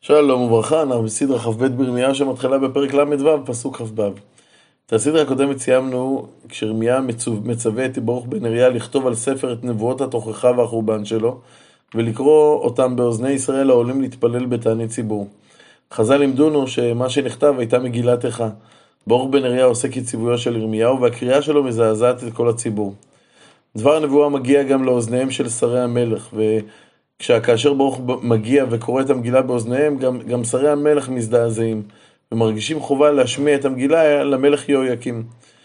שלום וברכה, אנחנו בסדרה כ"ב בירמיה שמתחילה בפרק ל"ו, פסוק כ"ו. את הסדרה הקודמת סיימנו כשירמיה מצווה את ברוך בן נריה לכתוב על ספר את נבואות התוכחה והחורבן שלו, ולקרוא אותם באוזני ישראל העולים להתפלל בתענית ציבור. חז"ל לימדונו שמה שנכתב הייתה מגילת איכה. ברוך בן נריה עושה כציוויו של ירמיהו, והקריאה שלו מזעזעת את כל הציבור. דבר הנבואה מגיע גם לאוזניהם של שרי המלך, כאשר ברוך מגיע וקורא את המגילה באוזניהם, גם שרי המלך מזדעזעים, ומרגישים חובה להשמיע את המגילה למלך יהויקים.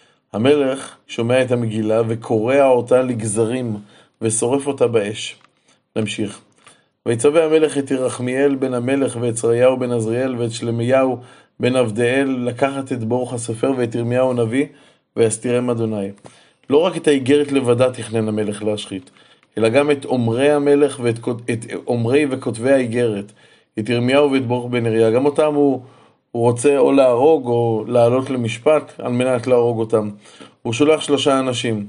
המלך שומע את המגילה וקורע אותה לגזרים, ושורף אותה באש. נמשיך. ויצווה המלך את ירחמיאל בן המלך, ואת שריהו בן עזריאל, ואת שלמיהו בן עבדיאל, לקחת את ברוך הסופר ואת ירמיהו הנביא, ויסתירם אדוני. לא רק את האיגרת לבדה תכנן המלך להשחית, אלא גם את אומרי המלך ואת אומרי וכותבי האיגרת, את ירמיהו ואת ברוך בן נריה. גם אותם הוא רוצה או להרוג או לעלות למשפט על מנת להרוג אותם. הוא שולח 3 אנשים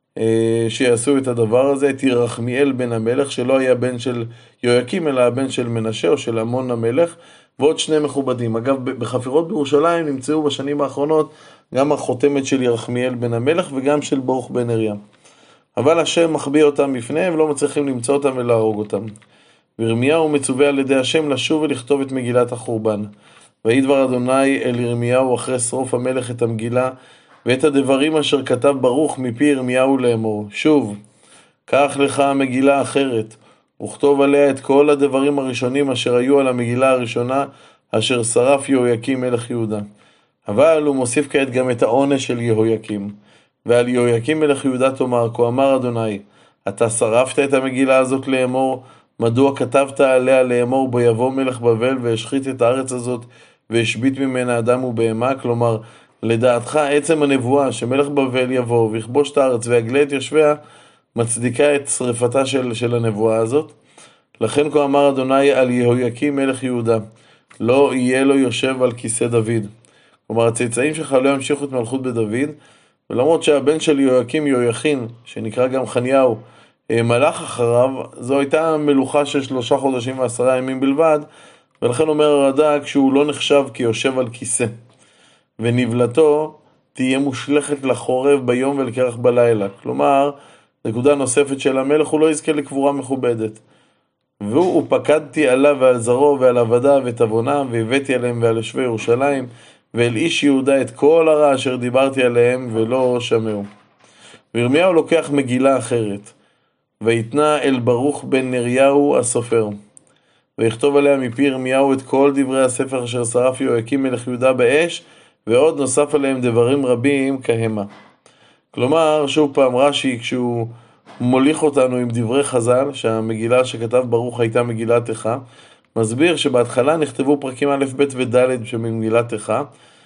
שיעשו את הדבר הזה, את ירחמיאל בן המלך, שלא היה בן של יהויקים אלא הבן של מנשה או של עמון המלך, ועוד 2 מכובדים. אגב, בחפירות בירושלים נמצאו בשנים האחרונות גם החותמת של ירחמיאל בן המלך וגם של ברוך בן נריה. אבל השם מחביא אותם בפניהם ולא מצליחים למצוא אותם ולהרוג אותם. וירמיהו מצווה על ידי השם לשוב ולכתוב את מגילת החורבן. ויהי דבר אדוני אל ירמיהו אחרי שרוף המלך את המגילה, ואת הדברים אשר כתב ברוך מפי ירמיהו לאמור. שוב, קח לך מגילה אחרת, וכתוב עליה את כל הדברים הראשונים אשר היו על המגילה הראשונה, אשר שרף יהויקים מלך יהודה. אבל הוא מוסיף כעת גם את העונש של יהויקים. ועל יהויקים מלך יהודה תאמר, כה אמר אדוני, אתה שרפת את המגילה הזאת לאמור, מדוע כתבת עליה לאמור, בו יבוא מלך בבל והשחית את הארץ הזאת והשבית ממנה אדם ובהמה? כלומר, לדעתך עצם הנבואה שמלך בבל יבוא ויכבוש את הארץ ויגלה את יושביה, מצדיקה את שריפתה של הנבואה הזאת. לכן כה אמר אדוני על יהויקים מלך יהודה, לא יהיה לו יושב על כיסא דוד. כלומר, הצאצאים שלך לא ימשיכו את מלכות בדוד, ולמרות שהבן של יהויקים יהויכין, שנקרא גם חניהו, מלך אחריו, זו הייתה מלוכה של 3 חודשים ו10 ימים בלבד, ולכן אומר הרד"ק שהוא לא נחשב כיושב על כיסא. ונבלתו תהיה מושלכת לחורב ביום ולקרח בלילה. כלומר, נקודה נוספת של המלך, הוא לא יזכה לקבורה מכובדת. והוא פקדתי עליו ועל זרעו ועל עבדיו ואת עוונם, והבאתי עליהם ועל יושבי ירושלים, ואל איש יהודה את כל הרע אשר דיברתי עליהם ולא שמעו. וירמיהו לוקח מגילה אחרת, ויתנה אל ברוך בן נריהו הסופר, ויכתוב עליה מפי ירמיהו את כל דברי הספר אשר שרף יהויקים מלך יהודה באש, ועוד נוסף עליהם דברים רבים כהמה. כלומר, שוב פעם רש"י, כשהוא מוליך אותנו עם דברי חז"ל, שהמגילה שכתב ברוך הייתה מגילת איכה, מסביר שבהתחלה נכתבו פרקים א', ב' וד' שמגילת איכה,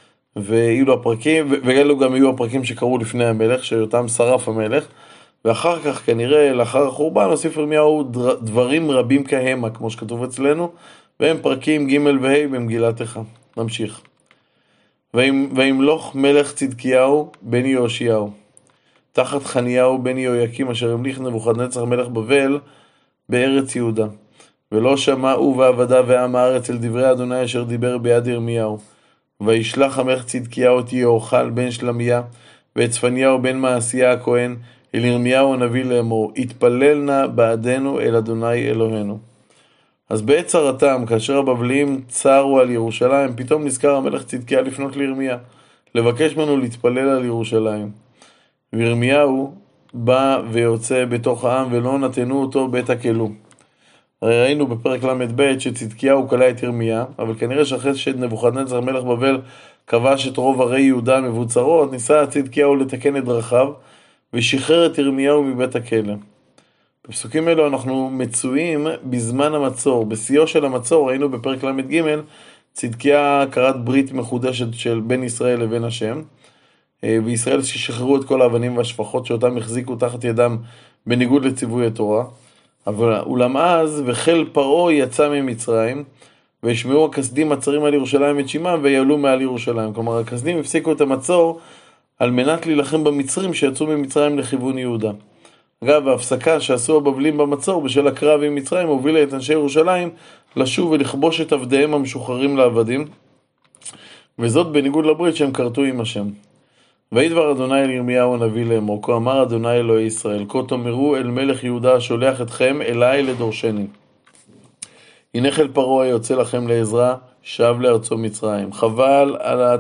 ואלו גם היו הפרקים שקראו לפני המלך, שאותם שרף המלך, ואחר כך כנראה לאחר החורבן הוסיף ירמיהו דברים רבים כהמה, כמו שכתוב אצלנו, והם פרקים ג' וה' במגילת איכה. נמשיך. וימלוך מלך צדקיהו בן יהושיהו תחת חניהו בן יהויקים, אשר המליך נבוכדנצר מלך בבל בארץ יהודה. ולא שמעו ועבדיו ועם הארץ אל דברי אדוני אשר דיבר ביד ירמיהו. וישלח המלך צדקיהו את יהוכל בן שלמיה ואת צפניהו בן מעשיה הכהן אל ירמיהו הנביא לאמור, התפלל נא בעדנו אל אדוני אלוהינו. אז בעת צרתם, כאשר הבבלים צרו על ירושלים, פתאום נזכר המלך צדקיה לפנות לירמיה, לבקש ממנו להתפלל על ירושלים. וירמיהו בא ויוצא בתוך העם, ולא נתנו אותו בית הכלו. הרי ראינו בפרק ל"ב שצדקיהו קלע את ירמיה, אבל כנראה שאחרי שנבוכדנצר מלך בבל כבש את רוב ערי יהודה המבוצרות, ניסה צדקיהו לתקן את דרכיו, ושחרר את ירמיהו מבית הכלא. בפסוקים אלו אנחנו מצויים בזמן המצור. בשיאו של המצור ראינו בפרק ל"ג, צדקיה קראת ברית מחודשת של בין ישראל לבין השם, וישראל ששחררו את כל האבנים והשפחות שאותם החזיקו תחת ידם בניגוד לציווי התורה. אבל אולם אז וחיל פרעה יצא ממצרים, וישמעו הכסדים מצרים על ירושלים את שמם ויעלו מעל ירושלים. כלומר, הכסדים הפסיקו את המצור על מנת להילחם במצרים שיצאו ממצרים לכיוון יהודה. אגב, ההפסקה שעשו הבבלים במצור בשל הקרב עם מצרים הובילה את אנשי ירושלים לשוב ולכבוש את עבדיהם המשוחררים לעבדים, וזאת בניגוד לברית שהם כרתו עם השם. וידבר אדוני אל ירמיהו הנביא לאמור, כה אמר אדוני אלוהי ישראל, כה תאמרו אל מלך יהודה השולח אתכם אליי לדורשני. הנה חיל פרעה היוצא לכם לעזרה, שב לארצו מצרים. חבל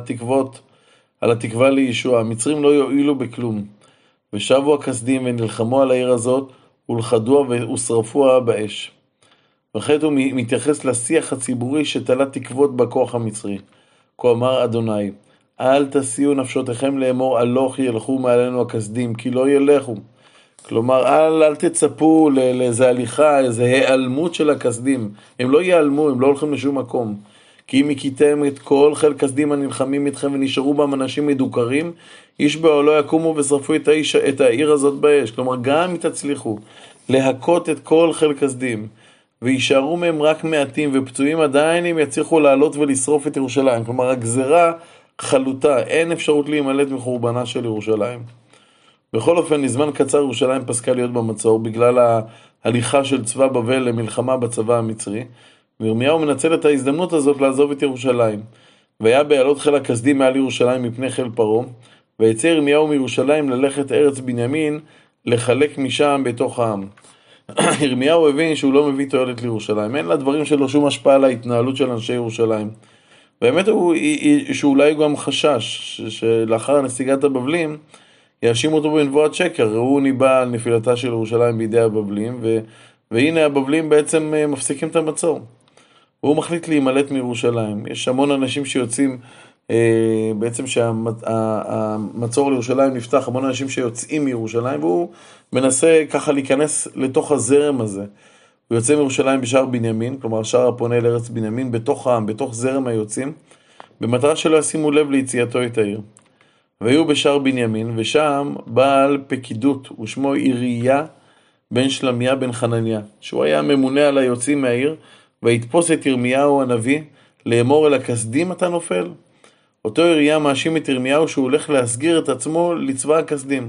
על התקווה לישוע, המצרים לא יועילו בכלום. ושבו הכסדים ונלחמו על העיר הזאת, ולכדוה ושרפוה באש. וכעת הוא מתייחס לשיח הציבורי שתלה תקוות בכוח המצרי. כה אמר אדוני, אל תסיעו נפשותיכם לאמור, הלוך ילכו מעלינו הכסדים, כי לא ילכו. כלומר, אל תצפו לאיזו הליכה, איזו העלמות של הכסדים. הם לא ייעלמו, הם לא הולכים לשום מקום. כי אם הכיתם את כל חיל כסדים הנלחמים איתכם ונשארו בהם אנשים מדוכרים, איש באוהלו יקומו ושרפו את העיר הזאת באש. כלומר, גם אם תצליחו להכות את כל חיל כסדים, וישארו מהם רק מעטים ופצועים, עדיין הם יצליחו לעלות ולשרוף את ירושלים. כלומר, הגזרה חלוטה, אין אפשרות להימלט מחורבנה של ירושלים. בכל אופן, לזמן קצר ירושלים פסקה להיות במצור, בגלל ההליכה של צבא בבל למלחמה בצבא המצרי, וירמיהו מנצל את ההזדמנות הזאת לעזוב את ירושלים. והיה בעלות חיל הכסדים מעל ירושלים מפני חיל פרעה, ויצא ירמיהו מירושלים ללכת ארץ בנימין, לחלק משם בתוך העם. ירמיהו הבין שהוא לא מביא תועלת לירושלים, אין לדברים שלו שום השפעה על ההתנהלות של אנשי ירושלים. באמת הוא שאולי גם חשש שלאחר נסיגת הבבלים יאשימו אותו בנבואת שקר. הוא ניבא על נפילתה של ירושלים בידי הבבלים, והנה הבבלים בעצם מפסיקים את המצור. והוא מחליט להימלט מירושלים. יש המון אנשים שיוצאים, בעצם שהמצור לירושלים נפתח, המון אנשים שיוצאים מירושלים, והוא מנסה ככה להיכנס לתוך הזרם הזה. הוא יוצא מירושלים בשער בנימין, כלומר שער הפונה לארץ בנימין, בתוך העם, בתוך זרם היוצאים, במטרה שלא ישימו לב ליציאתו את העיר. והיו בשער בנימין, ושם בעל פקידות, ושמו יריה בן שלמיה בן חנניה, שהוא היה ממונה על היוצאים מהעיר, והתפוס את ירמיהו הנביא, לאמור אל הכסדים אתה נופל. אותו יריה מאשים את ירמיהו שהוא הולך להסגיר את עצמו לצבא הכסדים.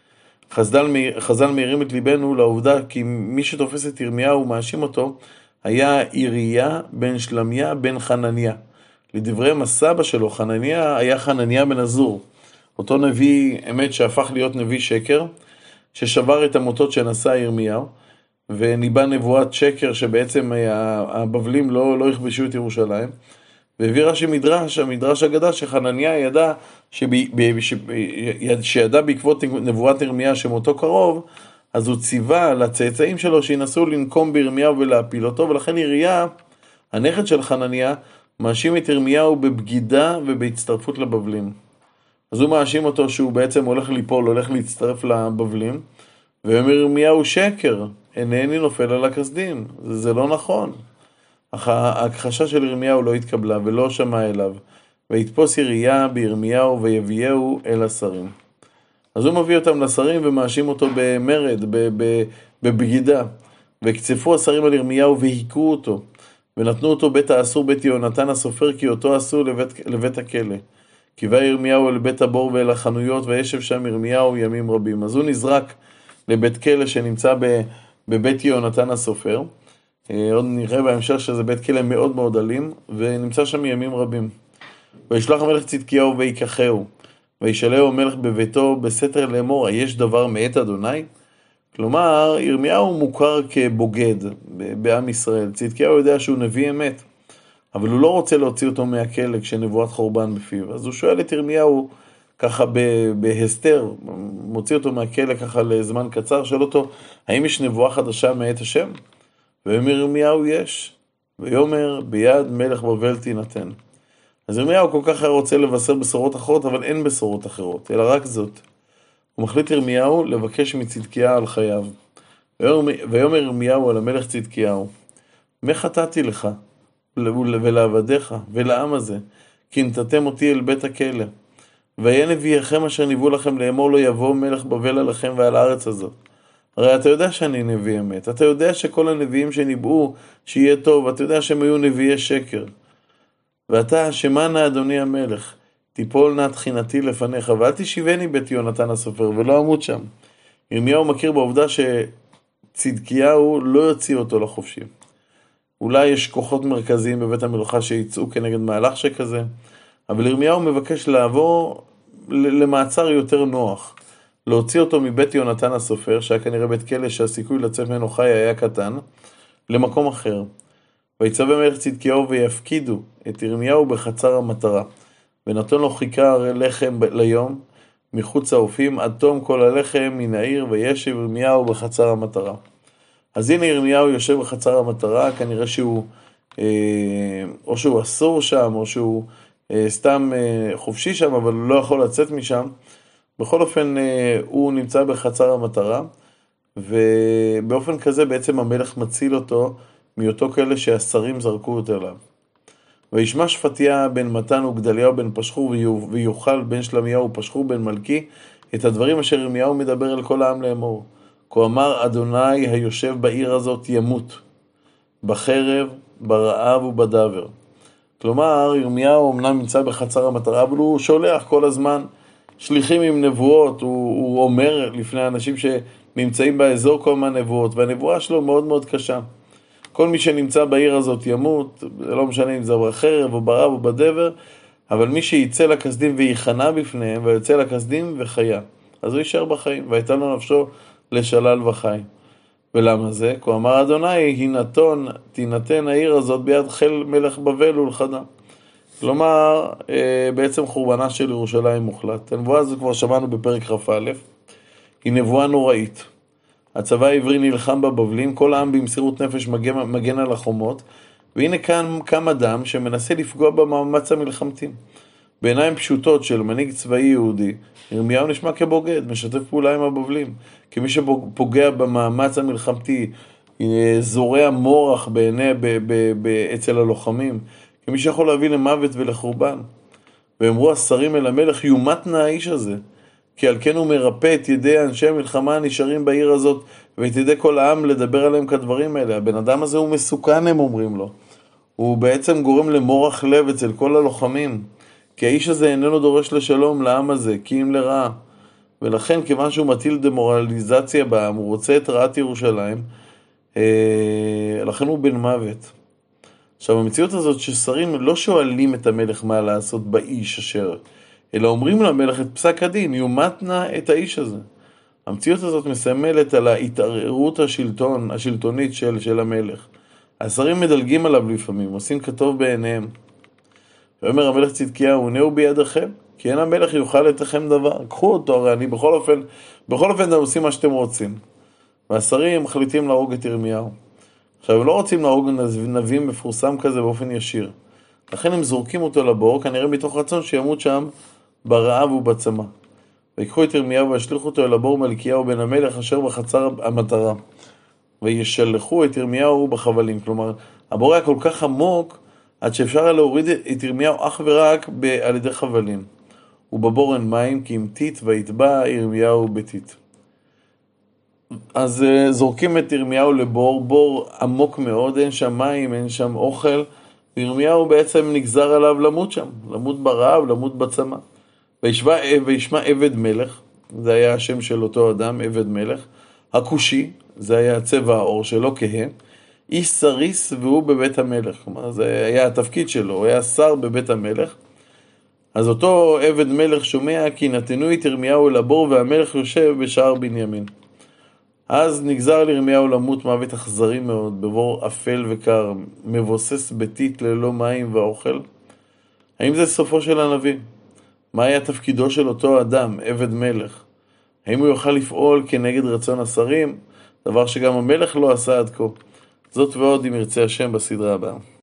חז"ל מאירים את ליבנו לעובדה כי מי שתופס את ירמיהו מאשים אותו היה יריה בן שלמיה בן חנניה. לדברי מסבא שלו, חנניה היה חנניה בן עזור. אותו נביא אמת שהפך להיות נביא שקר, ששבר את המוטות שנשא ירמיהו, וניבא נבואת שקר שבעצם הבבלים לא יכבשו את ירושלים. והביא רש"י המדרש אגדה שחנניה שידע בעקבות נבואת ירמיה שמותו קרוב, אז הוא ציווה לצאצאים שלו שינסו לנקום בירמיהו ולהפיל אותו, ולכן יריה, הנכד של חנניה, מאשים את ירמיהו בבגידה ובהצטרפות לבבלים. אז הוא מאשים אותו שהוא בעצם הולך ליפול, הולך להצטרף לבבלים, ואומר ירמיהו שקר, אינני נופל על הכסדים, זה לא נכון. אך ההכחשה של ירמיהו לא התקבלה ולא שמע אליו, ויתפוס יריה בירמיהו ויביאהו אל השרים. אז הוא מביא אותם לשרים ומאשים אותו במרד, בבגידה, וקצפו השרים על ירמיהו והיכו אותו, ונתנו אותו בית האסור בית יהונתן הסופר, כי אותו עשו לבית הכלא. קיווה ירמיהו אל בית הבור ואל החנויות, וישב שם ירמיהו ימים רבים. אז הוא נזרק לבית כלא שנמצא בבית יהונתן הסופר, עוד נראה בהמשך שזה בית כלא מאוד מאוד אלים, ונמצא שם ימים רבים. וישלח המלך צדקיהו ויקחהו, וישאלהו המלך בביתו בסתר לאמור, יש דבר מאת אדוני? כלומר, ירמיהו מוכר כבוגד בעם ישראל. צדקיהו יודע שהוא נביא אמת, אבל הוא לא רוצה להוציא אותו מהכלא כשנבואת חורבן בפיו. אז הוא שואל את ירמיהו ככה בהסתר, מוציא אותו מהכלא ככה לזמן קצר, שואל אותו, האם יש נבואה חדשה מאת השם? ואומר ירמיהו יש, ויאמר ביד מלך בבל תינתן. אז ירמיהו כל כך היה רוצה לבשר בשורות אחרות, אבל אין בשורות אחרות, אלא רק זאת. הוא מחליט ירמיהו לבקש מצדקיהו על חייו. ויאמר ירמיהו על המלך צדקיהו, מה חטאתי לך ולעבדיך ולעם הזה, כי נתתם אותי אל בית הכלא. והיה נביאיכם אשר ניבאו לכם לאמור לא יבוא מלך בבל עליכם ועל הארץ הזאת. הרי אתה יודע שאני נביא אמת, אתה יודע שכל הנביאים שניבאו שיהיה טוב, אתה יודע שהם היו נביאי שקר. ואתה שמע אדוני המלך, תיפול נא תחינתי לפניך, ואל תשיבני בית יהונתן הסופר, ולא אמות שם. ירמיהו מכיר בעובדה שצדקיהו לא יוציא אותו לחופשי. אולי יש כוחות מרכזיים בבית המלוכה שיצאו כנגד מהלך שכזה, אבל ירמיהו מבקש לעבור למעצר יותר נוח, להוציא אותו מבית יונתן הסופר, שהיה כנראה בית כלא שהסיכוי לצאת ממנו חי היה קטן, למקום אחר. ויצווה מלך צדקיהו ויפקידו את ירמיהו בחצר המטרה, ונתן לו כיכר לחם ליום מחוץ האופים, עד תום כל הלחם מן העיר, וישב ירמיהו בחצר המטרה. אז הנה ירמיהו יושב בחצר המטרה, כנראה שהוא או שהוא אסור שם, או שהוא סתם חופשי שם, אבל הוא לא יכול לצאת משם. בכל אופן הוא נמצא בחצר המטרה, ובאופן כזה בעצם המלך מציל אותו מאותו כאלה שהשרים זרקו אותו אליו. וישמע שפטיה בן מתן וגדליהו בן פשחור ויוכל בן שלמיהו ופשחור בן מלכי את הדברים אשר ירמיהו מדבר אל כל העם לאמור. כה אמר אדוני היושב בעיר הזאת ימות, בחרב, ברעב ובדבר. כלומר, ירמיהו אמנם נמצא בחצר המטרה, אבל הוא שולח כל הזמן שליחים עם נבואות, הוא אומר לפני אנשים שנמצאים באזור כל מיני נבואות, והנבואה שלו מאוד מאוד קשה. כל מי שנמצא בעיר הזאת ימות, זה לא משנה אם זה בחרב או ברעב או בדבר, אבל מי שיצא לכסדים ויחנה בפניהם, ויוצא לכסדים וחיה, אז הוא יישאר בחיים, והייתה לו נפשו לשלל וחי. ולמה זה? כה אמר אדוני, תינתן העיר הזאת ביד חיל מלך בבל ולחדה. כלומר, בעצם חורבנה של ירושלים מוחלט. הנבואה הזו כבר שמענו בפרק כ"א, היא נבואה נוראית. הצבא העברי נלחם בבבלים, כל העם במסירות נפש מגן על החומות, והנה כאן קם אדם שמנסה לפגוע במאמץ המלחמתי. בעיניים פשוטות של מנהיג צבאי יהודי, ירמיהו נשמע כבוגד, משתף פעולה עם הבבלים, כמי שפוגע במאמץ המלחמתי, זורע מורח אצל הלוחמים, כמי שיכול להביא למוות ולחורבן. ואמרו השרים אל המלך, יומת נא האיש הזה, כי על כן הוא מרפא את ידי אנשי המלחמה הנשארים בעיר הזאת, ואת ידי כל העם לדבר עליהם כדברים האלה. הבן אדם הזה הוא מסוכן, הם אומרים לו. הוא בעצם גורם למורח לב אצל כל הלוחמים, כי האיש הזה איננו דורש לשלום לעם הזה, כי אם לרעה. ולכן, כיוון שהוא מטיל דמורליזציה בעם, הוא רוצה את רעת ירושלים, לכן הוא בן מוות. עכשיו, המציאות הזאת ששרים לא שואלים את המלך מה לעשות באיש אשר, אלא אומרים למלך את פסק הדין, יומת נא את האיש הזה. המציאות הזאת מסמלת על ההתערערות השלטונית של המלך. השרים מדלגים עליו לפעמים, עושים כטוב בעיניהם. ואומר המלך צדקיהו, הנה הוא בידיכם, כי אין המלך יוכל לתכם דבר. קחו אותו, הרי אני בכל אופן אתם עושים מה שאתם רוצים. והשרים מחליטים להרוג את ירמיהו. עכשיו, הם לא רוצים להרוג נביא מפורסם כזה באופן ישיר. לכן הם זורקים אותו לבור, כנראה מתוך רצון שימות שם ברעב ובצמא. ויקחו את ירמיהו וישליכו אותו אל הבור מלכיהו בן המלך אשר בחצר המטרה. וישלחו את ירמיהו בחבלים. כלומר, הבור היה כל כך עמוק, עד שאפשר להוריד את ירמיהו אך ורק על ידי חבלים. ובבור אין מים, כי אם טיט ויתבע ירמיהו בטיט. אז זורקים את ירמיהו לבור, בור עמוק מאוד, אין שם מים, אין שם אוכל, וירמיהו בעצם נגזר עליו למות שם, למות ברעב, למות בצמא. וישמע עבד מלך, זה היה השם של אותו אדם, עבד מלך, הכושי, זה היה צבע העור שלו כהה, איש סריס והוא בבית המלך, כלומר זה היה התפקיד שלו, הוא היה שר בבית המלך. אז אותו עבד מלך שומע כי נתנו את ירמיהו אל הבור והמלך יושב בשער בנימין. אז נגזר לירמיהו למות מוות אכזרי מאוד, בבור אפל וקר, מבוסס ביתית ללא מים ואוכל. האם זה סופו של הנביא? מה היה תפקידו של אותו אדם, עבד מלך? האם הוא יוכל לפעול כנגד רצון השרים? דבר שגם המלך לא עשה עד כה. זאת ועוד אם ירצה השם בסדרה הבאה.